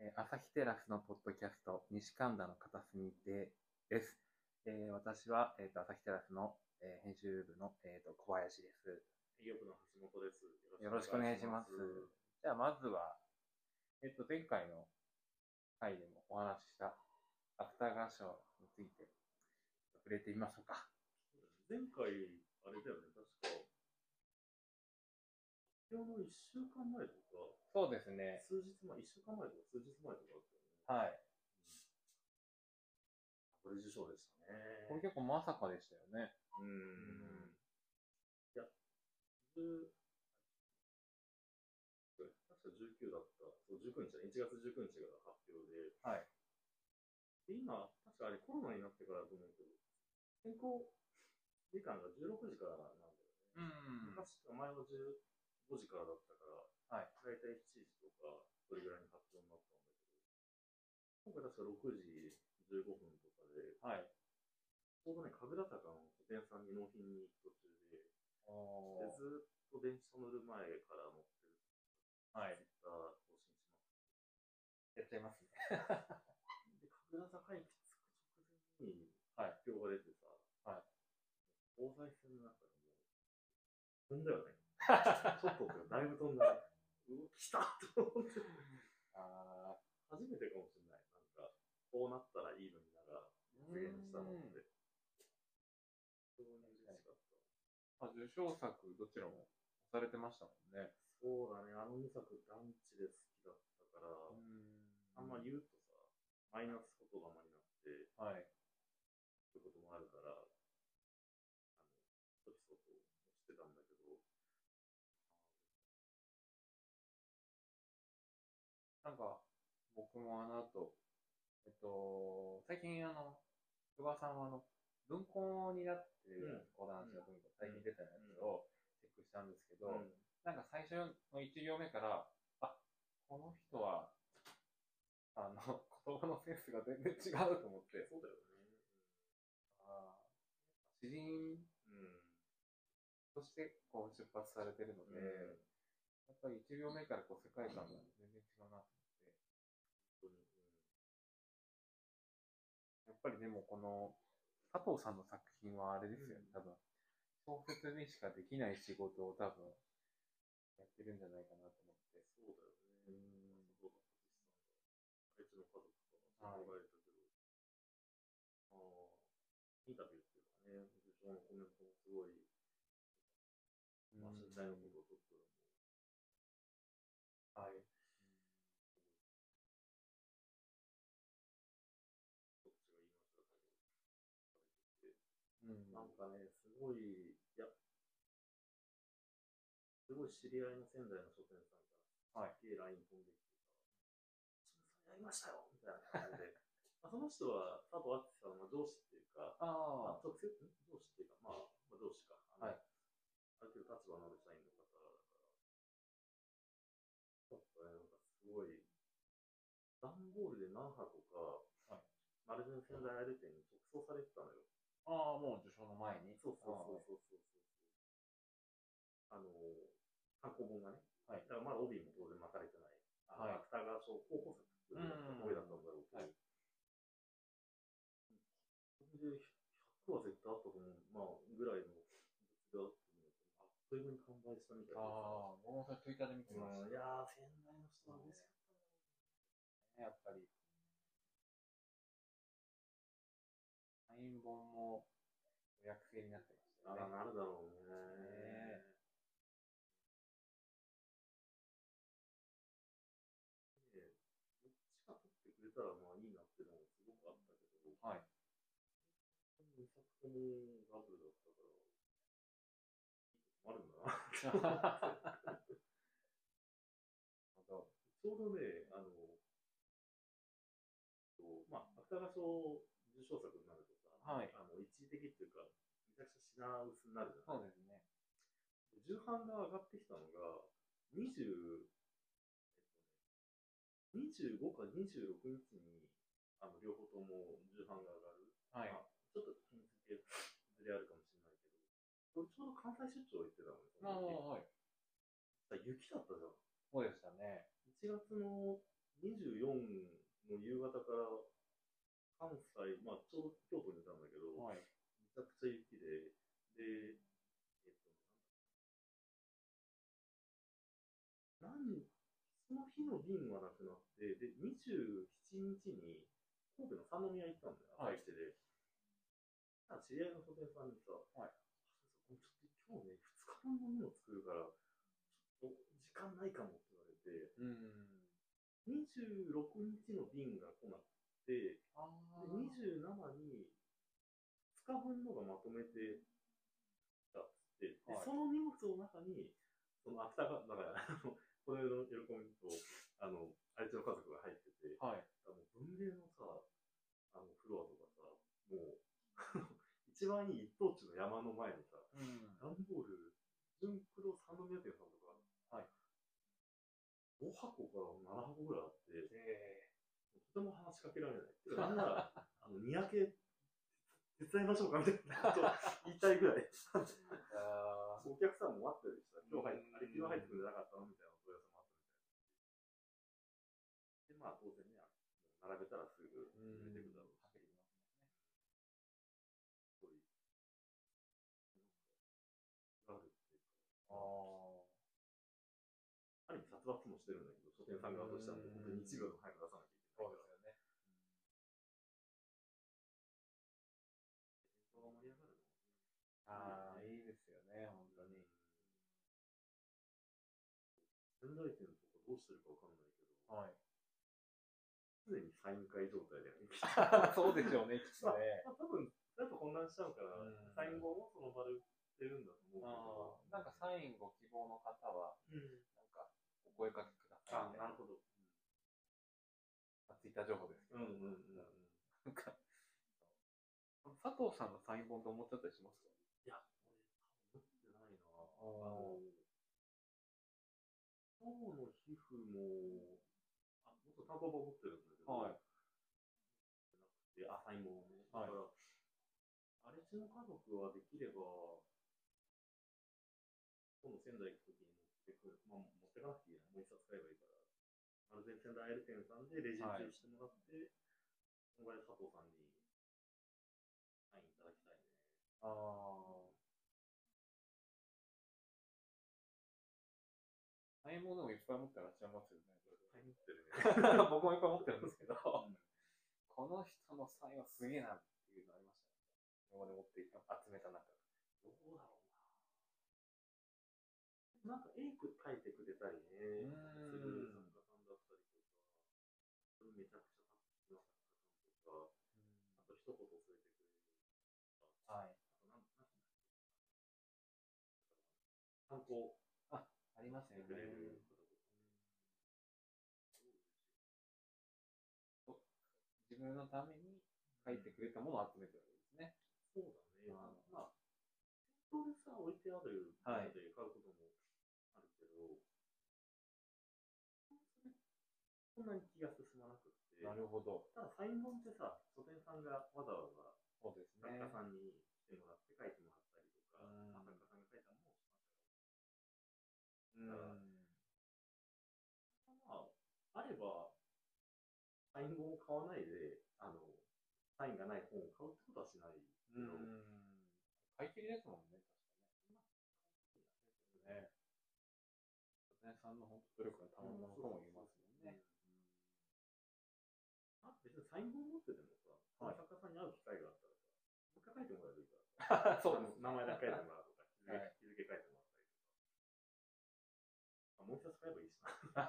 朝日テラスのポッドキャスト、西神田の片隅です。私は、朝日テラスの、編集部の、小林です。 営業部の橋本です。 よろしくお願いします。じゃあ、まずは、前回の回でもお話しした芥川賞について触れてみましょうか。 前回、あれだよね、確か、今日の1週間前とか、 そうですね。 数日前、1週間前とか数日前とかあったよね。はい。 これ受賞でしたね。 これ結構まさかでしたよね。 いや、確か19だった。そう、19日だ。1月19日が発表で。 はい。 で、今、確かあれコロナになってからだと思うけど、選考時間が16時からなんだよね。昔、前は15時からだったから、 はい、 大体7時とか、それぐらいに発表になったんだけど、今回確か6時15分とかで、 はい、 ちょうどね、神楽坂の書店さんに納品に行く途中で、ずっと電車乗る前から乗ってる。 はい。 ツイッター更新します。 やっちゃいますね。 で、神楽坂駅着く直前に発表が出てさ、はい、東西線の中でも飛んだよね。ちょっとだいぶ飛んだね。来たと思って。初めてかもしれない。なんか、こうなったらいいのになが実現したのって。非常に嬉しかった。 受賞作どちらもされてましたもんね。 そうだね、あの2作団地で好きだったから、あんま言うとさ、マイナス言霊になって、はい、そういうこともあるから、ちょっとしてたんだけど、 なんか、僕もあの後、最近久保さんは文庫になってる講談師の文庫、最近出たやつをチェックしたんですけど、なんか最初の1行目から、あ、この人は、言葉のセンスが全然違うと思って。 そうだよね。 詩人としてこう出発されてるので、やっぱり1秒目からこう世界観が全然違うなと思って。やっぱりでもこの佐藤さんの作品はあれですよね、多分小説にしかできない仕事を多分やってるんじゃないかなと思って。 そうだよね。そうだった実際あいつの家族とかもらえたけど、インタビューっていうかね、受賞のコメントもすごい、震災のことをとっても、はい。なんかね、すごい、すごい知り合いの仙台の書店さんから、すげえ LINE 飛んできてさ、それやりましたよみたいな感じで。その人は佐藤敦さんの上司っていうか、直接上司っていうか、上司か。ある程度立場のある社員の方だから、ちょっとね、なんかすごい、段ボールで何箱か、丸善仙台アイル店に直送されてたのよ。 もう受賞の前に。 そう。単行本がね。だからまだ帯も当然巻かれてない。芥川賞候補作だった声だったんだろうけど。それで100は絶対あったと思う。ぐらいの物があっても、あっという間に完売したみたいでさ。 僕もそれツイッターで見てました。 いやー、仙台の人は嬉しかったね。やっぱり。サイン本も予約制になってましたよね。 なるだろうね。どっちか取ってくれたらまあいいなっていうのもすごくあったけど、2作ともダブルだったから、あるんだなって思って。ちょうどね、芥川賞受賞作になるとさ、一時的っていうか、めちゃくちゃ品薄になるじゃない。そうですね。重版が上がってきたのが、25か26日に両方とも重版が上がる。ちょっと日付ずれあるかもしれないけど、これちょうど関西出張行ってたのよ。雪だったじゃん。 そうでしたね。 1月の 24の夕方から関西、まあ、ちょうど京都にいたんだけど、めちゃくちゃ雪で、その日の便はなくなって、で、27日に神戸の三宮行ったんだよ、朝一で。知り合いの書店さんにさ、ちょっと今日ね、2日分のものを作るから、ちょっと時間ないかもって言われて、26日の便が来なくて、27に2日分のがまとめてたっつって、でその荷物の中に、その芥川、だから、この世の喜びと、あいつの家族が入ってて、文芸のさ、フロアとかさ、もう、一番いい一等地の山の前にさ、段ボール、純黒三宮店さんとか、5箱から7箱ぐらいあって、とても話しかけられない。なんなら、にやけ手伝いましょうかみたいなことを言いたいぐらい。お客さんも待ってるしさ、今日あれ昨日入ってくんじゃなかったのみたいなお問い合わせもあったみたいな。で、まあ当然ね、並べたらすぐ売れてくだろうし。そういう。あるっていうか。ある意味殺伐もしてるんだけど、書店さん側としてはもう本当に1秒でも早く出さなきゃいけないから。そうですよね。人が盛り上がるのもいいですよね、本当に。 仙台店とかどうしてるかわかんないけど、常にサイン会状態だよね。 そうでしょうね、きっとね。 多分、だと混乱しちゃうから、サイン後もその場で売ってるんだと思うけど。 なんかサインご希望の方は、なんかお声かけくださいみたいな。 なるほど。 ツイッター情報ですけど。なんか、佐藤さんのサイン本って思っちゃったりしますか？ いや、俺、多分持ってないな。今日の皮膚も、もっと単行本持ってるんだけど、サイン本ね。だから、あれちの家族はできれば、今度仙台行くときに持ってくる、まあ、持ってかなくていいな、もう一冊買えばいいから、アルゼン仙台アイル店さんでレジ打ちをしてもらって、その場で佐藤さんにサインいただきたいね。 サイン本でもいっぱい持ってらっしゃいますよね。 いっぱい持ってるね。 僕もいっぱい持ってるんですけど、この人のサインはすげえなっていうのありましたね。今まで持って集めた中で。 どうだろうな。なんか絵描いてくれたりね、する作家さんだったりとか、それめちゃくちゃ作家さんとか、あと一言添えてくれるとか、あとなん参考ありますよね。自分のために書いてくれたものを集めてるわけですね。 そうだね。まあ、店頭でさ、置いてあるもので買うこともあるけど、そんなに気が進まなくて。 なるほど。 ただ、サイン本ってさ、書店さんがわざわざそうですね。 作家さんに来てもらって書いてもらったりとか、作家さんが書いたものをしまったりとか。まあ、あれば、サイン本を買わないで、サインがない本を買うってことはしないけど。 買い切りですもんね、確かね。書店さんの本当努力の賜物とも言いますもんね。 別にサイン本持っててもさ、その作家さんに会う機会があったらさ、もう一回書いてもらえばいいからさ、そう、名前だけ書いてもらうとか、日付書いてもらったりとか。もう一冊買えばいいしな。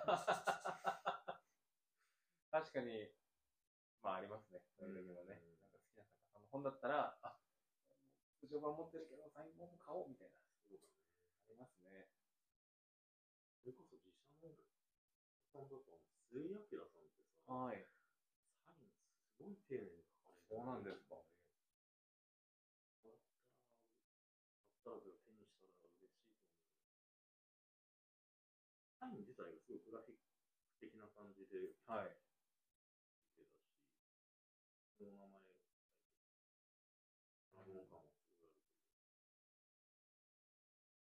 確かに、まあありますね。そういう時もね。なんか好きな作家さんの本だったら、通常版持ってるけど、サイン本も買おうみたいな。そうだね。ありますね。 それこそ自社のさんだと、末井明さんってさ、サインすごい丁寧に書かれてる。 そうなんですか。 だったら手にしたら嬉しいと思う。サイン自体がすごいグラフィック的な感じで、綺麗だし、その名前を書いてる。感もすごいある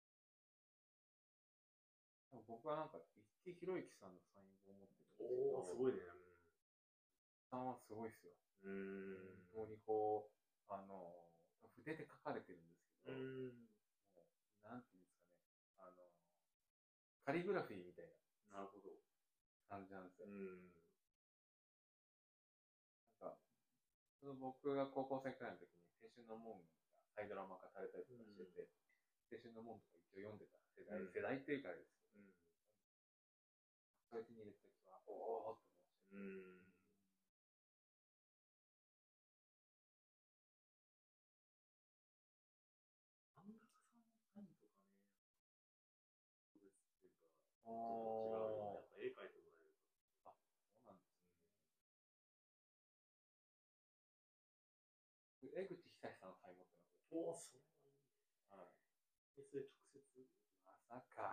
けど。 僕はなんか、一木ひろゆきさんのサイン本を持ってるんですけど、 すごいね。 さんはすごいっすよ。本当にこう、筆で書かれてるんですけど、なんていうんですかね、カリグラフィーみたいな感じなんですよ。なんか、僕が高校生くらいの時に、青春の門が再ドラマ化されたりとかしてて、青春の門とか一応読んでた世代っていうかあれですけど、そういう手に入れた時は、おーっと思いました。 漫画家さんのサインとかね、そうですっていうか、ちょっと違うよね。やっぱ絵描いてもらえると。 あ、そうなんですね。江口久志さんのサイン持ってます。 おお、それはいい。 はい。 それ直接まさか。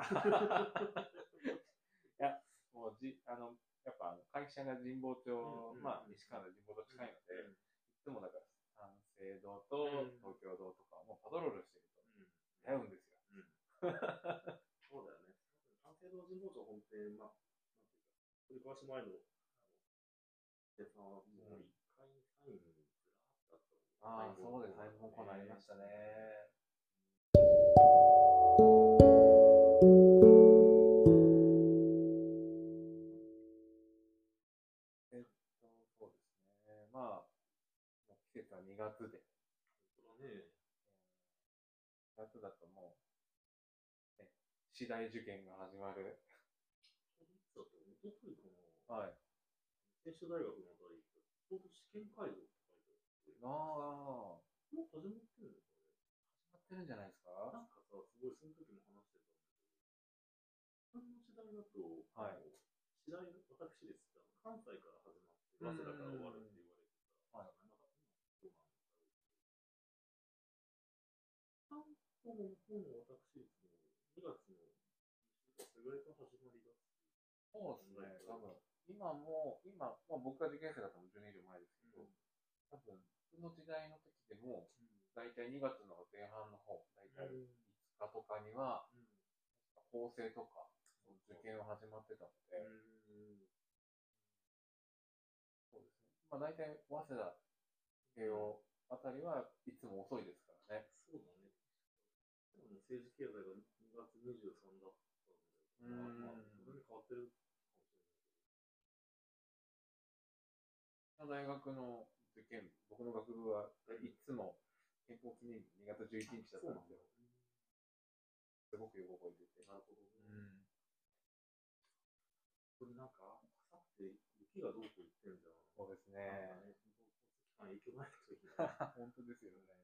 いや、もうやっぱ会社が神保町、まあ、西川の神保町近いので、いつもだから三省堂と東京堂とかもパトロールしてると出会うんですよ。 そうだよね。三省堂神保町本店、まあ、なんていうか、取り交わし前のでさ、もう一回サインずらーっとあったもん。 ああ、そうです。サイン本コーナーありましたね。そうですね。まあ、季節は2月で。 本当だね。 2月だともう、ね、次第受験が始まる。 いつだと、おとといかな。 はい。 専修大学のあたり、ちょうど試験会場って書いてある。 ああ。 もう始まってるのかね。 始まってるんじゃないですか。 なんかさ、すごいその時も話してたんだけど、日本の時代だと、 はい。 時代、私ですって、関西から始まって、早稲田から終わるって言われてた。はい。なんか今そうなんだろうけど、関東の方の私立も2月のそれぐらいから始まりだって。 そうですね。多分今、まあ、僕が受験生だったの10年以上前ですけど、多分、その時代の時でも、大体2月の前半の方、大体5日とかには、構成とか、受験は始まってたので、そうですね。まあ、大体、早稲田、慶応あたりはいつも遅いですからね。 そうだね。政治経済が2月23だったので、まあ、それに変わってるかもしれないけど。 大学の受験、僕の学部はいつも憲法記念日2月11日だったんですよ。すごくよく覚えてて。 なるほどね。これなんか、あさって雪がどうこう言ってんじゃん。 そうですね。 影響ないといけない。本当ですよね。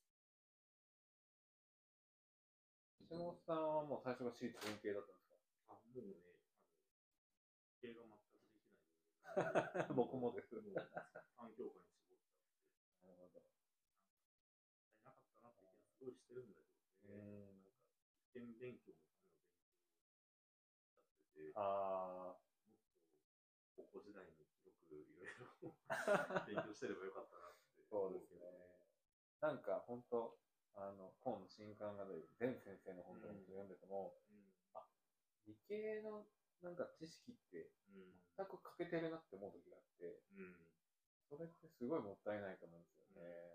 橋本さんはもう最初が私立文系だったんですか？ あ、もうね、経が全くできない。 僕もです。 環境下に絞っちゃって。なるほど。なかったなって気がすごいしてるんだけどね。なんか、試験勉強のための勉強やってて、もっと高校時代によくいろいろ勉強してればよかったなって。 そうですね。なんか本当、本の新刊が全先生の本とか読んでても、あ、理系のなんか知識って全く欠けてるなって思う時があって、それってすごいもったいないと思うんですよね。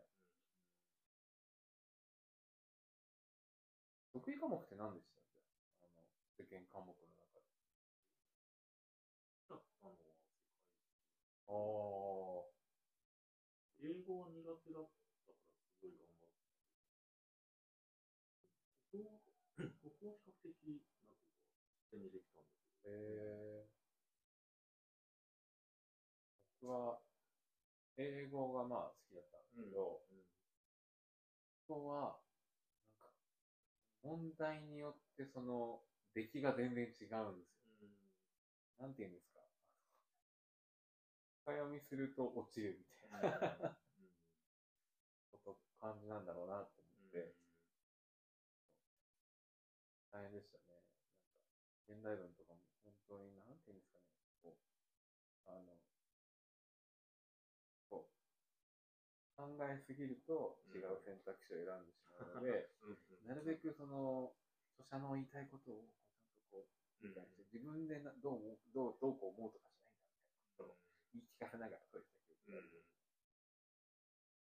得意科目って何でしたっけ？受験科目の中で。 だったのは世界史。 英語は苦手だったからすごい頑張って。ここは比較的なんていうか手にできたんだけど。 僕は英語がまあ好きだったんですけど、ここはなんか問題によってその出来が全然違うんですよ。なんていうんですか。深読みすると落ちるみたいな感じなんだろうなと思って、大変でしたね。なんか現代文とかも本当になんていうんですかね。考えすぎると違う選択肢を選んでしまうので、なるべくその著者の言いたいことをちゃんとこう理解して、自分でどうこう思うとかじゃないんだみたいな。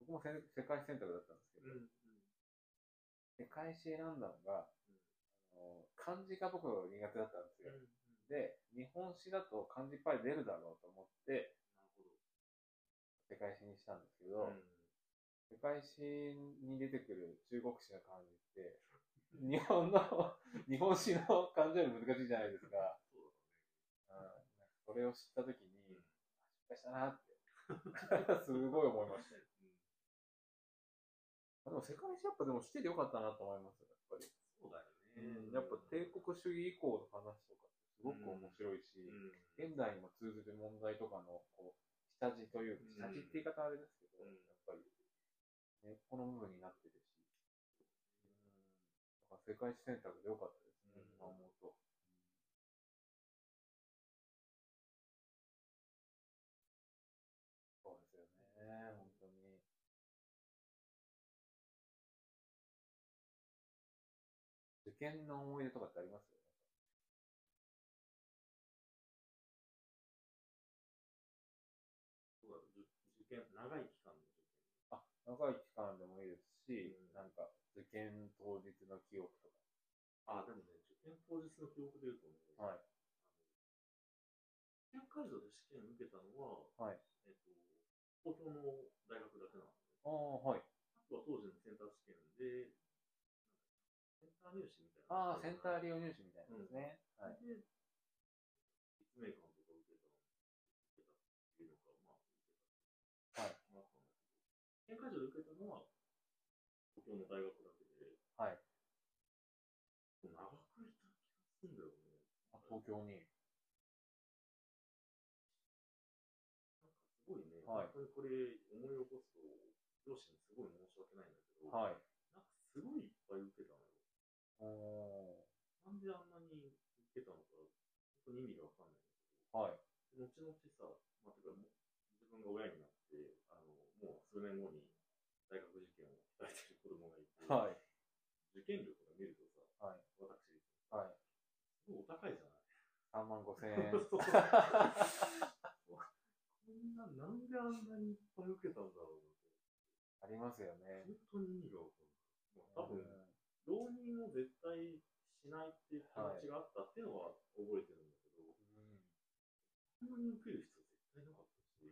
僕も世界史選択だったんですけど、世界史選んだのが、漢字が僕苦手だったんですよ。で、日本史だと漢字いっぱい出るだろうと思って、世界史にしたんですけど、世界史に出てくる中国史の漢字って、日本史の漢字より難しいじゃないですか。それを知ったときに、失敗したなって、すごい思いました。でも世界史やっぱでもしててよかったなと思います、やっぱり。 そうだよね。 やっぱ帝国主義以降の話とかすごく面白いし、現代にも通ずる問題とかのこう下地という、下地って言い方あれですけど、やっぱり根っこの部分になってるし、だから世界史選択でよかったですね、今思うと。そうですよね、本当に。受験の思い出とかってあります？ 受験、長い期間の受験。 長い期間でもいいですし、なんか受験当日の記憶とか。 でもね、受験当日の記憶で言うとね、 はい。 試験会場で試験受けたのは、 はい。 東京の大学だけなんですね。 はい。 あとは当時のセンター試験で、センター入試みたいな。 センター利用入試みたいなですね。はい。 で、立命館とか受けたっていうのか、 はい。 試験会場で受けたのは、東京の大学だけで、 はい。 長くいた気がするんだよね。 東京に。 なんかすごいね、 はい、 本当にこれ思い起こすと、両親にすごい申し訳ないんだけど、 はい。 なんかすごいいっぱい受けたのよ。なんであんなに受けたのか、本当に意味がわかんないんだけど、 はい。 後々さ、てか自分が親になって、もう数年後に大学受験を控えてる子供がいて、 はい。 受験料とか見るとさ、 はい。 私立、 はい。 すごいお高いじゃない。 3万5千円。 こんな、なんであんなにいっぱい受けたんだろうって。 ありますよね。 本当に意味がわかんない。多分、浪人を絶対しないっていう気持ちがあったっていうのは覚えてるんだけど、こんなに受ける必要絶対なかったし、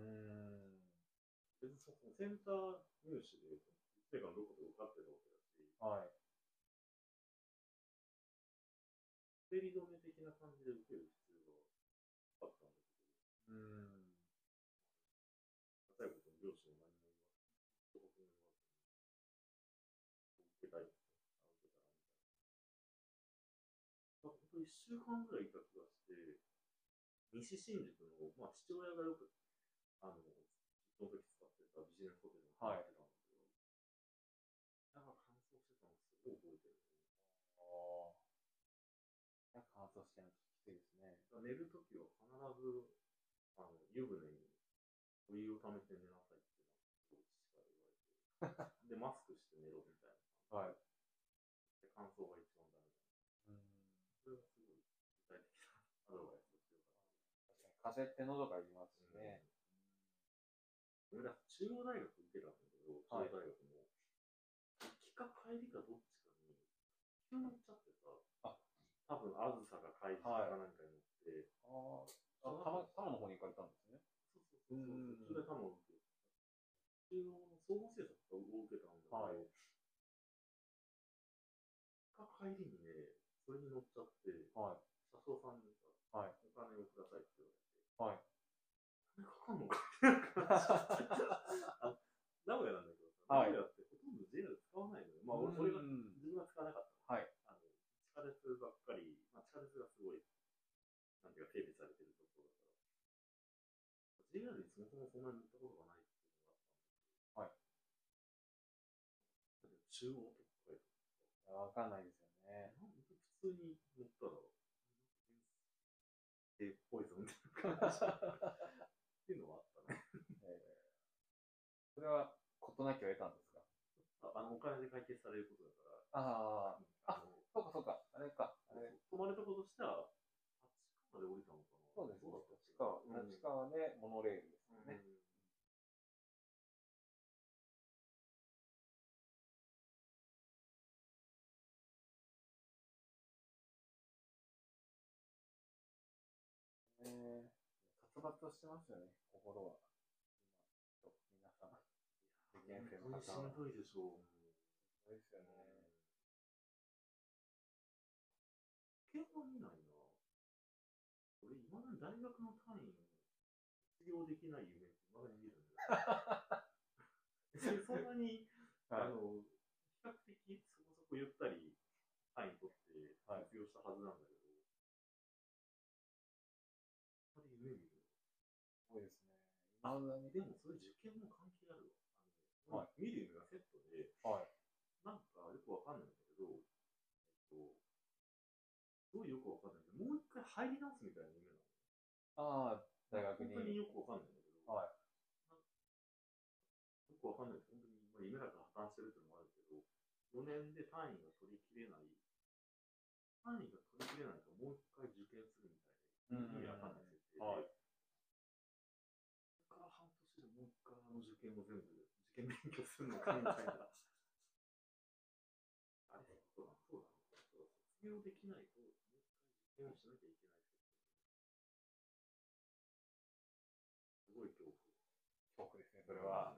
別にそのセンター入試で、立命館どこで受かってるわけだし、 はい。 滑り止め的な感じで受ける必要があったんだけど、最後の両親は何も言わず、受けたいって受けたらみたいな。本当1週間ぐらいいた気がして、西新宿の、父親がよく、その時使ってたビジネスホテルに入ってたんだけど、なんか乾燥してたのすごい覚えてるね。 乾燥してるのきついですね。 寝るときは必ず、湯船にお湯をためて寝なさいって父から言われて、で、マスクして寝ろみたいな。はい。で、乾燥が一番ダメだ。それがすごい具体的なアドバイスを強かった。 風って喉がいりますしね。 俺ら中央大学受けたんだけど、中央大学も、行きか帰りかどっちかに、急乗っちゃってさ、多分、あずさが会社かなんかに乗って、 多摩の方に行かれたんですね。 そう。それで多摩を受けて、中央の総合政策を受けたんだけど、帰りにね、それに乗っちゃって、車掌さんにさ、お金をくださいって言われて、お金かかんのかって名古屋なんだけどさ、名古屋ってほとんど JR 使わないのよ。俺が、自分が使わなかったの。地下鉄ばっかり、地下鉄がすごい、なんていうか、整備されてるところだから、JR にそもそもそんなに乗ったことがないっていうのがあったんだけど、中央とか書いてわかんないですよね。 普通に乗ったら、ポイズンみたいな感じっていうのはあったね。 それは事なきを得たんですか？ お金で解決されることだから。 そうか。あれか。 泊まれたことしたら、立川で降りたのかな。 そうですね。立川でモノレールですね。 殺伐としてますよね、心は。今、皆さん。受験生の方は。 しんどいでしょう。 そうですよね。 受験は見ないな。俺、いまだに大学の単位を卒業できない夢っていまだに見るんだよ。そんなに、はい、比較的そこそこゆったり単位取って卒業したはずなんだけど、やっぱり夢見る。 そうですね。 でもそれ受験も関係あるわ。見る夢がセットで、はい、なんかよくわかんないんだけど、すごいよくわかんないけど、もう一回入り直すみたいな夢なの。 ああ、大学に。 本当によくわかんないんだけど、はい、よくわかんないです。本当に、まあ、夢だから破綻してるっていうのもあるけど、4年で単位が取りきれない、単位が取りきれないともう一回受験するみたいな、意味わかんない設定で、はい、そこから半年でもう一回受験を全部、受験勉強するのかみたいな。あれ、そうだ、卒業できないと、もう一回受験をしなきゃいけない。すごい恐怖ですね、それは。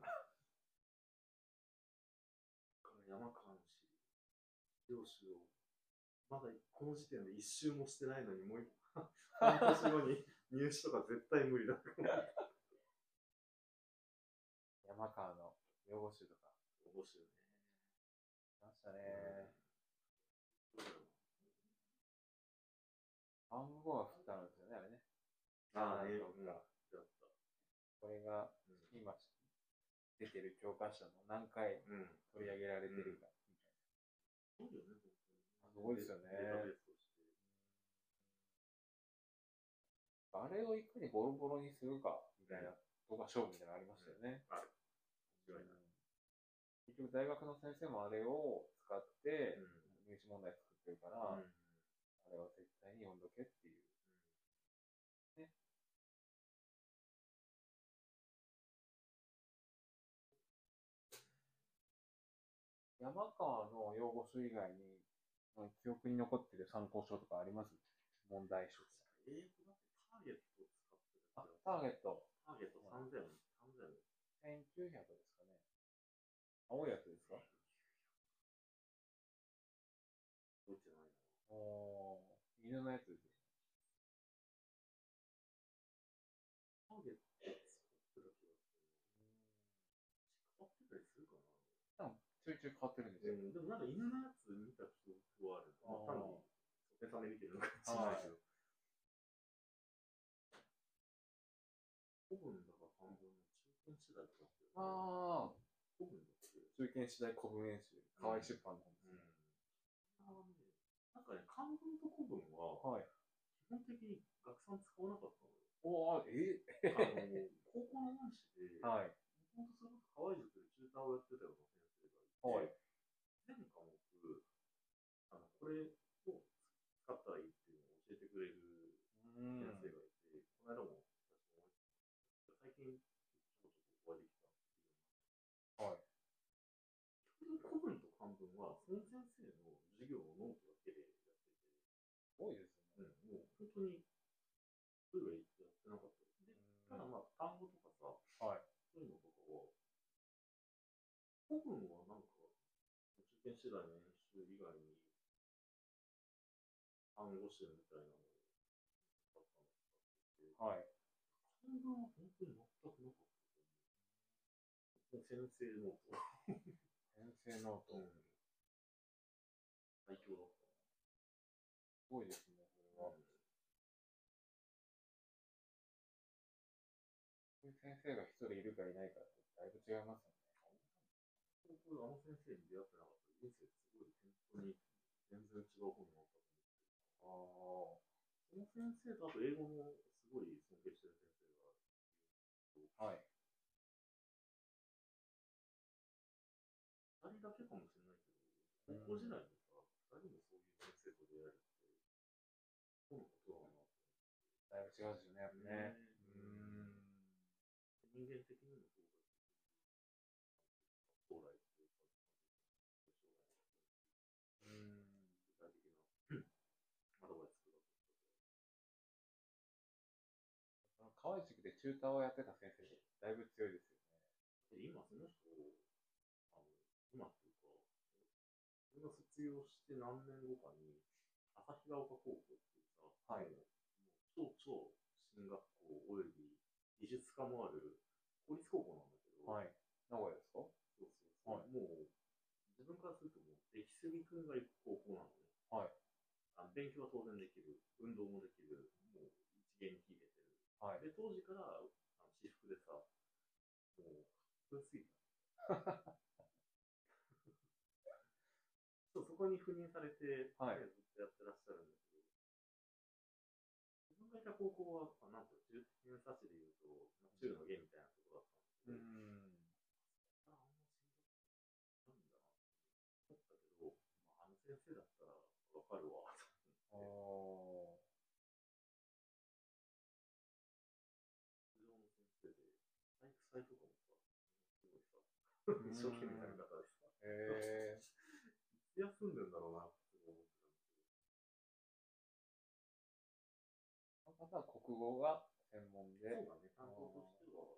山川の両親を、まだこの時点で一周もしてないのに、もう半年後に入試とか絶対無理だ。 山川の用語集とか。 用語集ね。 来ましたね。暗号が振ってあるんですよね、あれね。 ああね、 これが今出てる教科書の何回取り上げられてるかみたいな。 そうよね、 すごいですよね。あれをいかにボロボロにするかみたいなとか勝負みたいなのありましたよね。結局大学の先生もあれを使って入試問題作ってるから、あれは絶対に読んどけっていう。ね。山川の用語書以外に記憶に残ってる参考書とかあります？問題集。 英語だってターゲットを使ってる。 ターゲット。 ターゲット3000。 1900ですかね。青いやつですか？ どっちじゃないな。おー、犬のやつですよ。 ターゲットを使ってる気がする。変わってたりするかな？ ちょいちょい変わってるんですよ。 でもなんか犬のやつ見た記憶はある。多分、ソテさんで見てるのかもしれないけど。古文だから半分の中堅次第とかっていう。 ああ。 古文だっけ？ 中堅次第古文演習。河合出版の本ですね。 なんかね、漢文と古文は、基本的に学さん使わなかったのよ。 高校の男子で、もともとそれこそ河合塾でチューターをやってたような先生がいて、全科目、これを使ったらいいっていうのを教えてくれる先生がいて、この間も最近ちょこちょこお会いできたんですけど、古文と漢文はその先生の授業のノートだけでやってて、 すごいですね。 もう本当にそういうのやってなかった。で、ただまあ単語とかさ、そういうのとかは、古文はなんか受験次第の演習以外に単語集みたいなのを使ったのを使ってて、漢文は本当に全くなかったと思う。先生ノート。 先生ノート。 最強だった。 すごいですね、それは。そういう先生が一人いるかいないかってだいぶ違いますよね。 あの先生に出会ってなかったら、人生すごい本当に全然違う本になったと思って。その先生とあと英語もすごい尊敬してる先生が2人だけかもしれないけど、高校時代にさ、2人もそういう先生と出会えるって、そうなことだなと思って。 だいぶ違うんですよね、やっぱね。 人間的にもそうだし、将来っていうか、具体的なアドバイスくださっ河合塾でチューターをやってた先生でだいぶ強いですよね。 今その人、今っていうか、自分が卒業して何年後かに、旭ヶ丘高校っていうさ、はい、もう超進学校および技術科もある公立高校なんだけど、 はい、名古屋ですか？ そうそうそう、はい、もう自分からするともう出来すぎくんが行く高校なのね。はい。勉強は当然できる、運動もできる、もう一元に秀でてる。はい、で、当時から私服でさ、もう、かっこよすぎた。そう、そこに赴任されて、はい、ずっとやってらっしゃるんだけど、自分がいた高校は、なんか、偏差値でいうと、中の下みたいなところだったんですけど、あんましんどかったんだな、思ったけど、あの先生だったらわかるわ、と思って。通常の先生で、体育祭とかもさ、すごいさ、一生懸命やる方でさ、いつ休んでんだろうなって思ってたんですけど。 その方は国語が専門で。 そうだね、担当としては。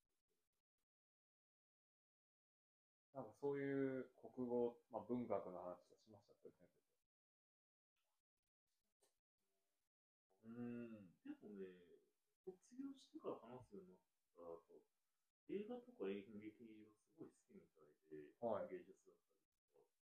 なんかそういう国語、文学の話をしましたっけ、先生。 でもね、卒業してから話すようになった後、映画とか演劇はすごい好きみたいで、はい、芸術だったりとか。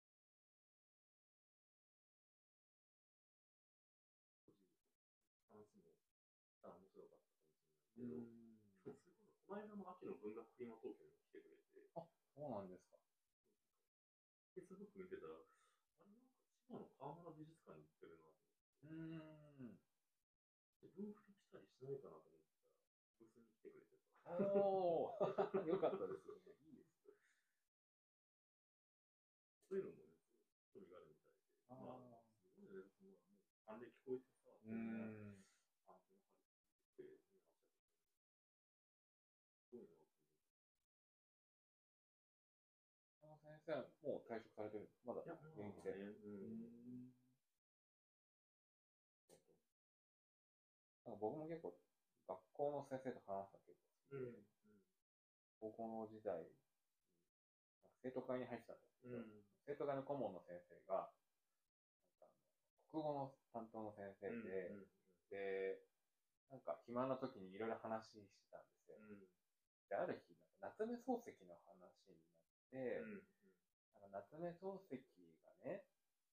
話も面白かったかもしれないけど、それこそこの間の秋の文学フリマ東京に来てくれて。 あ、そうなんですか。 Facebook 見てたら、あれなんか千葉の河原美術館に行ってるなと思って。自分振り来たりしないかなと思ってたら、ブースに来てくれてた。 おー、よかったですね。いいです。 そういうのもね、興味があるみたいで。すごいね、もう還暦超えてさ、アンテナ張り付けて、すごいなと思って。 あの先生はもう退職されてるんですか？まだ現役で。僕も結構、学校の先生と話すの結構好きで、高校の時代、生徒会に入ってたんですけど、生徒会の顧問の先生が、国語の担当の先生で、で、なんか暇な時にいろいろ話してたんですよ。で、ある日、夏目漱石の話になって、夏目漱石がね、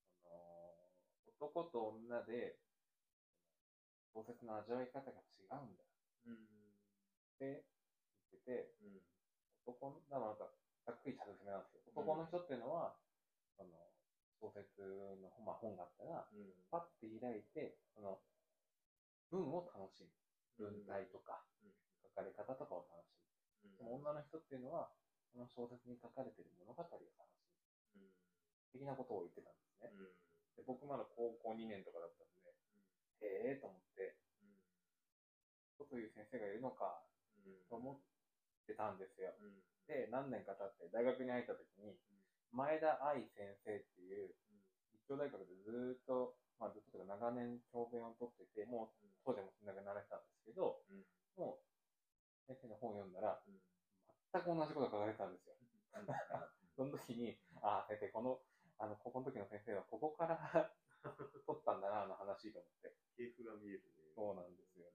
男と女で小説の味わい方が違うんだって言ってて、なんかざっくりした説明なんですけど、男の人っていうのは、小説の本があったら、パッて開いて、文を楽しむ。文体とか、書かれ方とかを楽しむ。でも女の人っていうのは、その小説に書かれている物語を楽しむ。的なことを言ってたんですね。で僕まだ高校2年とかだったんで、へえと思って、そういう先生がいるのかと思ってたんですよ。で、何年か経って大学に入った時に、前田愛先生っていう、立教大学でずっと、ずっとというか長年教鞭をとってて、もう当時もそんなになられてたんですけど、もう先生の本を読んだら、全く同じことが書かれてたんですよ。その時に、先生、高校の時の先生はここから取ったんだな、あの話と思って。 系譜が見えるね。 そうなんですよね。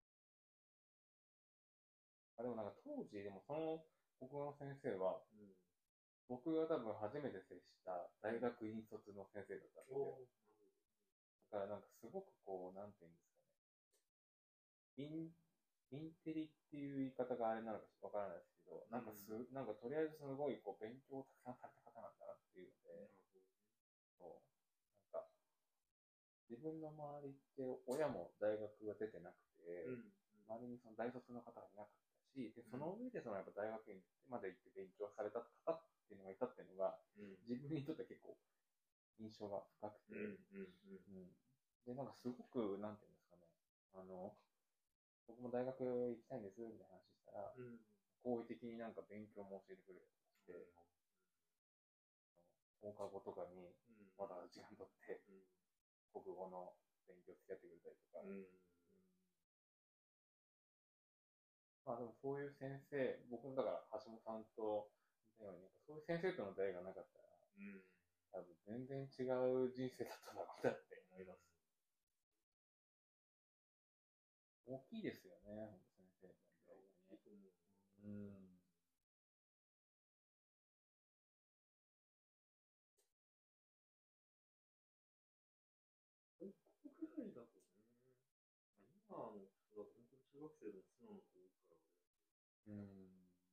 でもなんか当時、でもその国語の先生は、僕が多分初めて接した大学院卒の先生だったんですよ。だからなんかすごくなんていうんですかね。インテリっていう言い方があれなのかわからないですけど、なんかとりあえずすごい勉強をたくさんされた方なんだなっていうので、なんか自分の周りって親も大学が出てなくて、周りにその大卒の方がいなかったし、でその上でやっぱ大学院まで行って勉強された方っていうのがいたっていうのが、自分にとって結構印象が深くて、で、なんかすごく、なんていうんですかね、僕も大学行きたいんですみたいな話したら、好意的になんか勉強も教えてくれるして、放課後とかにまだ時間取って、国語の勉強付き合ってくれたりとか、 まあでもそういう先生、僕もだから橋本さんと似たように、そういう先生との出会いがなかったら、多分全然違う人生だっただろうなって思います。大きいですよね、先生の出会いね。 くらいだとね、今の人だと本当に中学生でも素直な子多いから。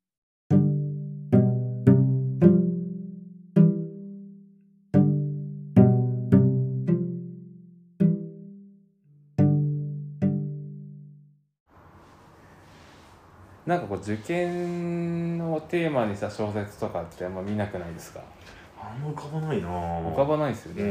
なんかこう受験をテーマにした小説とかってあんま見なくないですか？ あんま浮かばないな。 浮かばないですよね。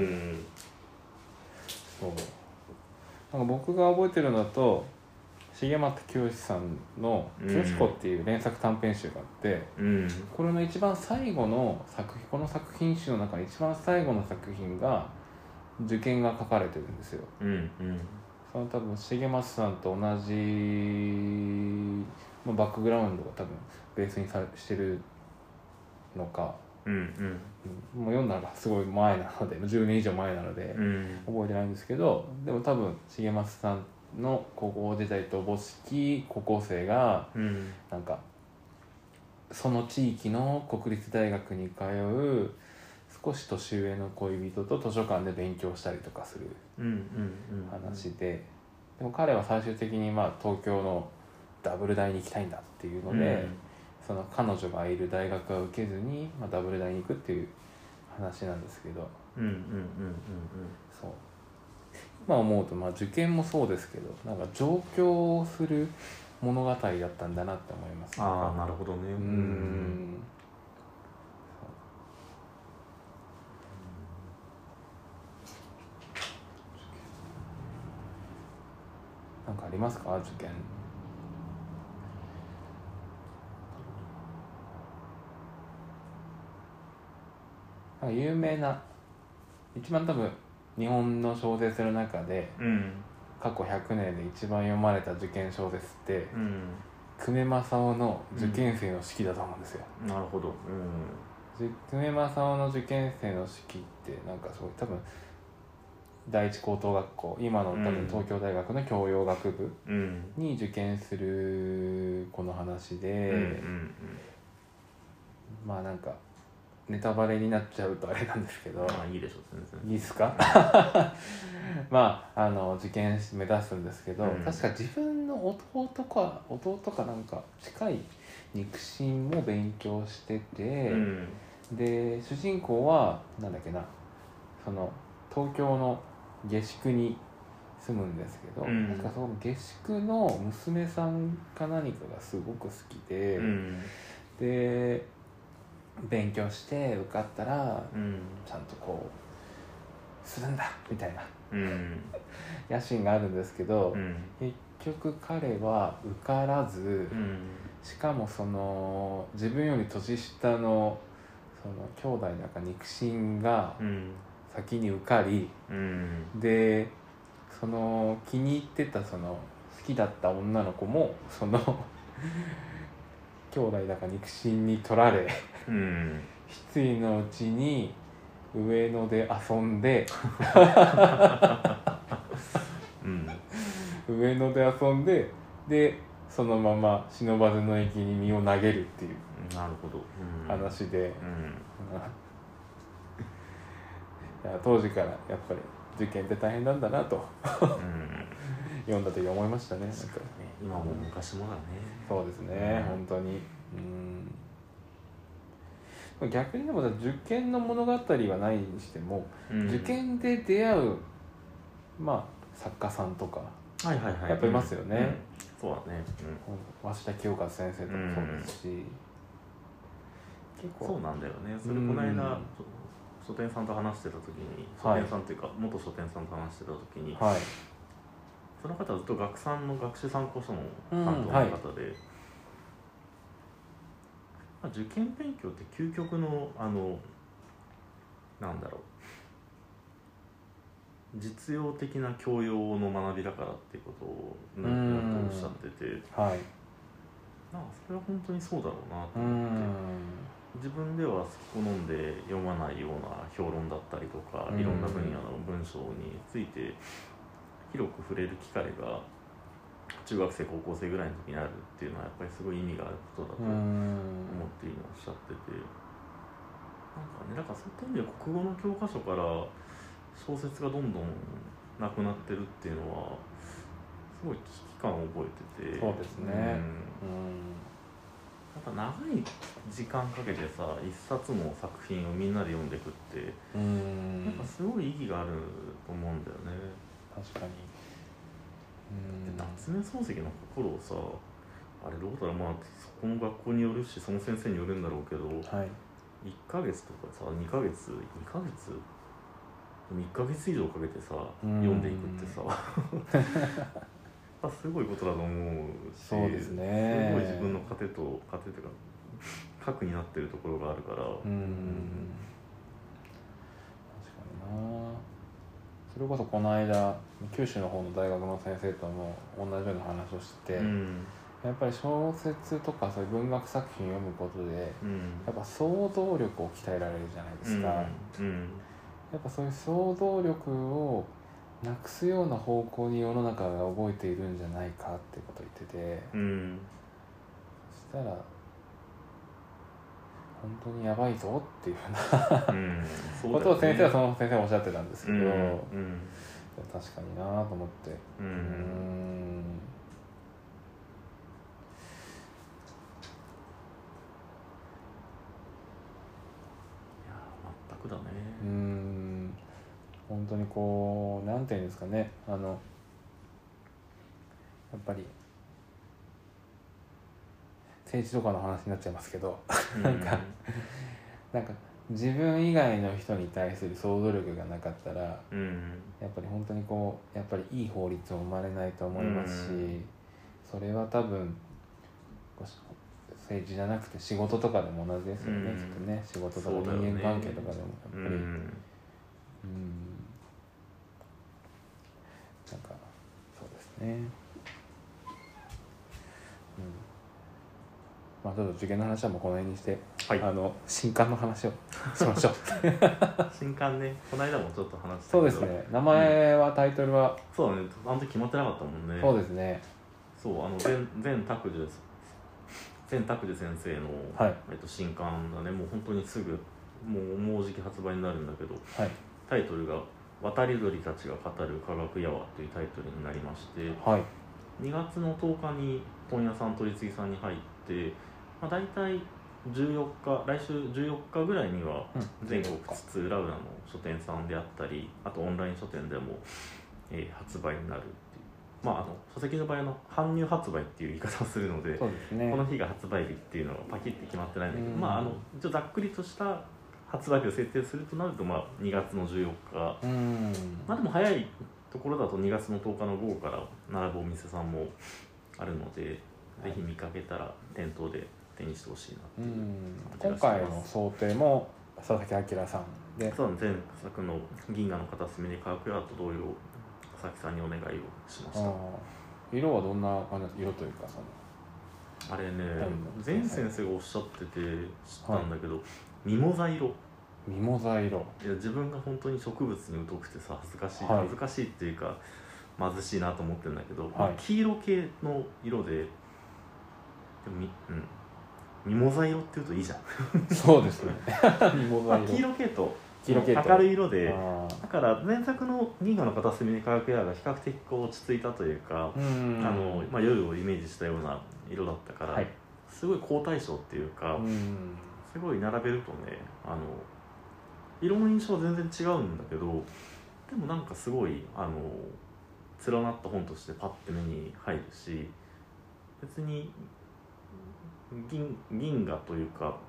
そう。なんか僕が覚えてるのだと重松清さんの「清子」っていう連作短編集があって、これの一番最後の作品、この作品集の中で一番最後の作品が受験が書かれてるんですよ。その多分重松さんと同じバックグラウンドを多分ベースにしてるのか、もう読んだのがすごい前なので10年以上前なので覚えてないんですけど、でも多分重松さんの高校時代とおぼしき高校生が、なんかその地域の国立大学に通う少し年上の恋人と図書館で勉強したりとかする話で、でも彼は最終的に東京のダブル大に行きたいんだっていうので、その彼女がいる大学は受けずに、ダブル大に行くっていう話なんですけど、そう今思うと受験もそうですけど、なんか上京する物語だったんだなって思います。 ああ、なるほどね。 なんかありますか、受験。なんか有名な一番多分日本の小説の中で、過去100年で一番読まれた受験小説って、久米正雄の受験生の式だと思うんですよ。 なるほど。 久米正雄の受験生の式ってなんかすごい多分第一高等学校、今の多分東京大学の教養学部に受験する子の話で、なんかネタバレになっちゃうとあれなんですけど、 いいでしょう、全然。 いいですか？受験目指すんですけど、確か自分の弟かなんか近い肉親も勉強してて、で主人公はなんだっけな、その東京の下宿に住むんですけど、なんかその下宿の娘さんか何かがすごく好きで、で勉強して受かったら、ちゃんとこうするんだみたいな、野心があるんですけど、結局彼は受からず、しかもその自分より年下のその兄弟なんか肉親が先に受かり、でその気に入ってたその好きだった女の子もその兄弟だか肉親に取られ、失意のうちに上野で遊んで上野で遊んで、でそのまま不忍の駅に身を投げるっていう話で、当時からやっぱり受験って大変なんだなと読んだ時思いましたね。なんか今も昔もだね。 そうですね、本当に。逆にでも受験の物語はないにしても、受験で出会う作家さんとかやっぱいますよね。 そうだね。 鷲田清和先生とかそうですし、 結構そうなんだよね。それこの間書店さんと話してた時に、書店さんというか元書店さんと話してた時に、その方はずっと学習参考書の担当の方で、受験勉強って究極のなんだろう、実用的な教養の学びだからっていうことをおっしゃってて、 なんかそれは本当にそうだろうなと思って、自分では好き好んで読まないような評論だったりとか、いろんな分野の文章について広く触れる機会が中学生高校生ぐらいの時にあるっていうのはやっぱりすごい意味があることだと思って今おっしゃってて、なんかそういった意味で国語の教科書から小説がどんどんなくなってるっていうのはすごい危機感を覚えてて、 そうですね、 なんか長い時間かけてさ一冊の作品をみんなで読んでいくってなんかすごい意義があると思うんだよね。 確かに。 夏目漱石の心をさ、あれどうだろう、まあそこの学校によるしその先生によるんだろうけど、 はい、 1ヶ月とかさ2ヶ月1ヶ月以上かけてさ読んでいくってさすごいことだと思うし、 そうですね、 すごい自分の糧というか核になってるところがあるから、確かにな。それこそこの間九州の方の大学の先生とも同じような話をしてて、やっぱり小説とかそういう文学作品を読むことで、やっぱ想像力を鍛えられるじゃないですか、やっぱそういう想像力をなくすような方向に世の中が動いているんじゃないかってことを言ってて、そしたら本当にやばいぞっていうふうなことを先生はその先生もおっしゃってたんですけど、確かになと思って、いや全くだね。 本当にこうなんていうんですかね、やっぱり政治とかの話になっちゃいますけどなんか自分以外の人に対する想像力がなかったら、やっぱり本当にこうやっぱりいい法律も生まれないと思いますし、それは多分政治じゃなくて仕事とかでも同じですよね、きっとね。仕事とか人間関係とかでもやっぱりなんかそうですね。まあちょっと受験の話はもうこの辺にして、新刊の話をしましょう新刊ね、この間もちょっと話したけど。 そうですね、名前は、タイトルはそうだね、あの時決まってなかったもんね。 そうですね、 そう、前拓司先生の、新刊だね。もう本当にすぐもうじき発売になるんだけど、タイトルが渡り鳥たちが語る科学やわというタイトルになりまして、2月の10日に本屋さん取り次ぎさんに入って、大体14日、来週14日ぐらいには全国津々浦々の書店さんであったり、あとオンライン書店でも、発売になるっていう、書籍の場合の搬入発売っていう言い方をするので、この日が発売日っていうのがパキッて決まってないんだけど、一応ざっくりとした発売日を設定するとなると、2月の14日、でも早いところだと2月の10日の午後から並ぶお店さんもあるので、ぜひ見かけたら店頭で手にしてほしいなっていう今回の想定も佐々木明さんで、 そう前作の銀河の片隅で科学やと同様佐々木さんにお願いをしました。 色はどんな感じ？色というかあれね、前先生がおっしゃってて知ったんだけど、ミモザ色。 ミモザ色。 いや自分が本当に植物に疎くてさ恥ずかしいっていうか貧しいなと思ってるんだけど、黄色系の色で、ミモザ色っていうといいじゃんそうですねミモザ色、 黄色系統明るい色で、だから前作の銀河の片隅に科学やが比較的こう落ち着いたというか、夜をイメージしたような色だったから、すごい好対照っていうか、すごい並べるとね、色の印象は全然違うんだけど、でもなんかすごい連なった本としてパッて目に入るし、別に銀河というか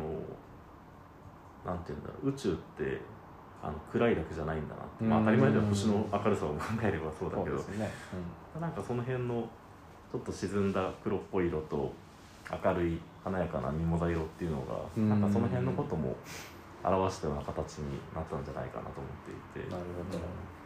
なんていうんだろう、宇宙って暗いだけじゃないんだなって、当たり前では星の明るさを考えればそうだけど、なんかその辺のちょっと沈んだ黒っぽい色と明るい華やかなミモザ色っていうのが、なんかその辺のことも表したような形になったんじゃないかなと思っていて。 なるほど。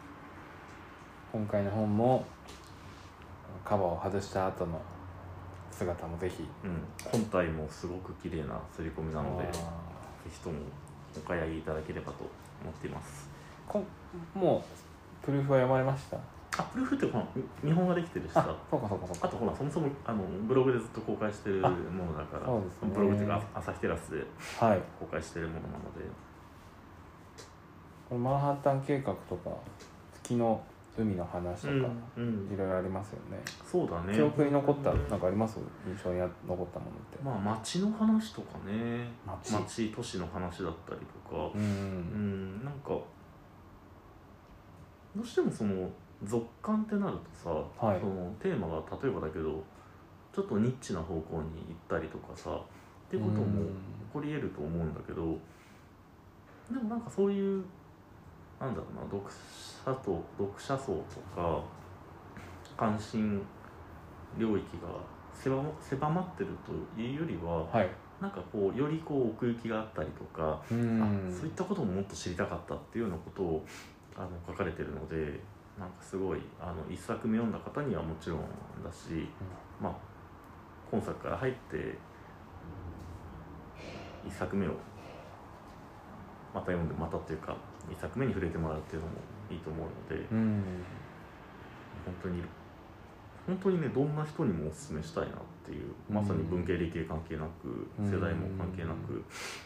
今回の本もカバーを外した後の姿もぜひ、 本体もすごく綺麗な刷り込みなので、ぜひともお買い上げいただければと思っています。 もうプルーフは読まれました？ プルーフって見本ができてるしさ、 そうかそうかそうか。 あとほらそもそもブログでずっと公開してるものだから、 そうですね、 ブログっていうか朝日テラスで公開してるものなので、 これマンハッタン計画とか月の海の話とか、いろいろありますよね。 そうだね。 記憶に残ったなんかあります？印象に残ったものって。 街の話とかね、都市の話だったりとか、なんかどうしてもその続刊ってなるとさ、そのテーマが例えばだけどちょっとニッチな方向に行ったりとかさっていうことも起こり得ると思うんだけど、でもなんかそういうなんだろうな、読者層とか関心領域が狭まってるというよりは、なんかこうよりこう奥行きがあったりとか、そういったことももっと知りたかったっていうようなことを書かれてるので、なんかすごい一作目読んだ方にはもちろんだし、今作から入って一作目をまた読んで、またっていうか一作目に触れてもらうっていうのもいいと思うので、本当にね、どんな人にもおすすめしたいなっていう、まさに文系理系関係なく、世代も関係なく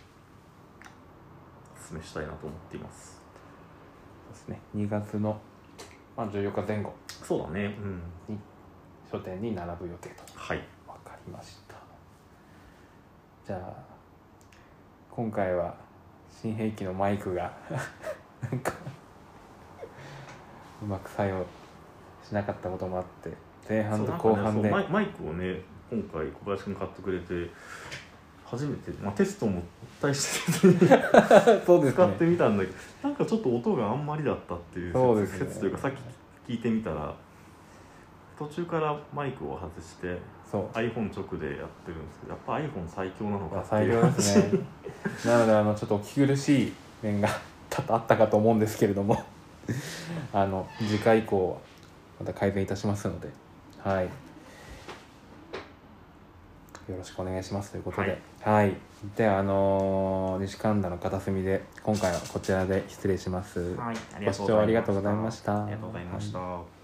おすすめしたいなと思っています。 そうですね、2月の14日前後、 そうだね、 に書店に並ぶ予定と。 はい、 わかりました。じゃあ今回は新兵器のマイクがなんかうまく作用しなかったこともあって、前半と後半で、 マイクをね、今回小林君買ってくれて初めて、テストも対してそうです、ね、 使ってみたんだけど、なんかちょっと音があんまりだったっていう説というか、さっき聞いてみたら途中からマイクを外して iPhone 直でやってるんですけど、やっぱ iPhone 最強なのかっていう。 最強ですねなのでちょっとお聞き苦しい面が多々あったかと思うんですけれども次回以降はまた改善いたしますので、はい、よろしくお願いしますということで、はい、で西神田の片隅で今回はこちらで失礼します。 はい、 ご視聴ありがとうございました。 ありがとうございました。